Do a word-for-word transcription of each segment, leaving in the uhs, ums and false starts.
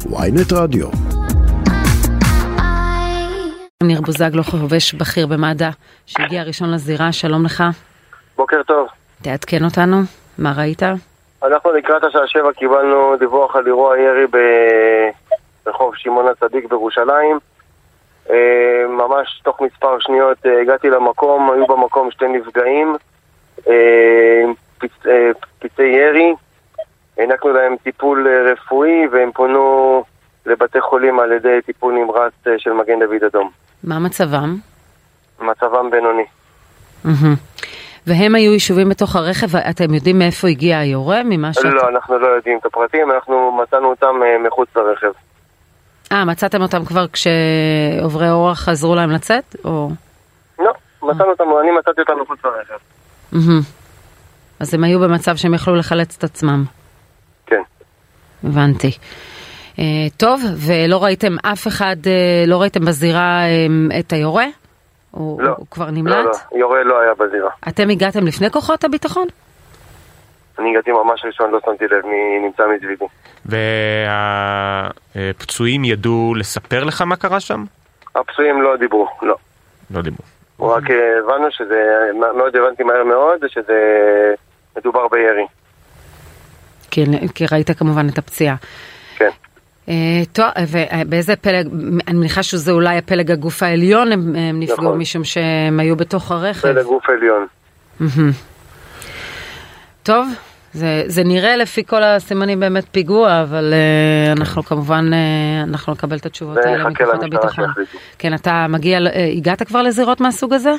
וויינט רדיו. ניר בוזגלו, חובש בכיר במד"א, שהגיע ראשון לזירה, שלום לך. בוקר טוב. תעדכן אותנו, מה ראית? אנחנו לקראת השעה שבע קיבלנו דיווח על אירוע ירי ברחוב שמעון הצדיק בירושלים. ממש תוך מספר שניות הגעתי למקום, היו במקום שתי נפגעים, פצעי ירי, הענקנו להם טיפול רפואי והם פונו לבתי חולים על ידי טיפול נמרץ של מגן דוד אדום. מה מצבם? מצבם בינוני. והם היו יישובים בתוך הרכב, אתם יודעים מאיפה הגיע היורה? לא, אנחנו לא יודעים את הפרטים, אנחנו מצאנו אותם מחוץ לרכב. אה, מצאתם אותם כבר כשעוברי אורח חזרו להם לצאת? או... לא, מצאנו אותם, אני מצאתי אותם מחוץ לרכב. אז הם היו במצב שהם יכלו לחלץ את עצמם. כן. הבנתי. טוב, ולא ראיתם אף אחד, לא ראיתם בזירה את היורה? הוא כבר נמלט? לא, לא, יורה לא היה בזירה. אתם הגעתם לפני כוחות הביטחון? אני הגעתי ממש ראשון, לא שמתי לב מי נמצא מסביבי. והפצועים ידעו לספר לך מה קרה שם? הפצועים לא דיברו, לא. לא דיברו. רק הבנו שזה, מאוד הבנתי מהר מאוד, שזה מדובר בירי. כן, כי ראית כמובן את הפציעה. כן. טוב, ובאיזה פלג, אני מניחה שזה אולי הפלג הגוף העליון, הם נפגעו משום שהם היו בתוך הרכב. פלג גוף עליון. טוב, זה, זה נראה לפי כל הסימנים באמת פיגוע, אבל uh, אנחנו כמובן, uh, אנחנו נקבל את התשובות האלה מכוחות הביטחון. כן, אתה מגיע, uh, הגעת כבר לזירות מהסוג הזה?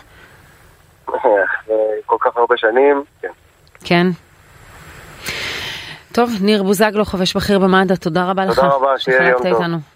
כל כך הרבה שנים, כן. כן. טוב, ניר בוזגלו, חובש בכיר במד"א, תודה רבה לך. תודה רבה, שיהיה יום טוב.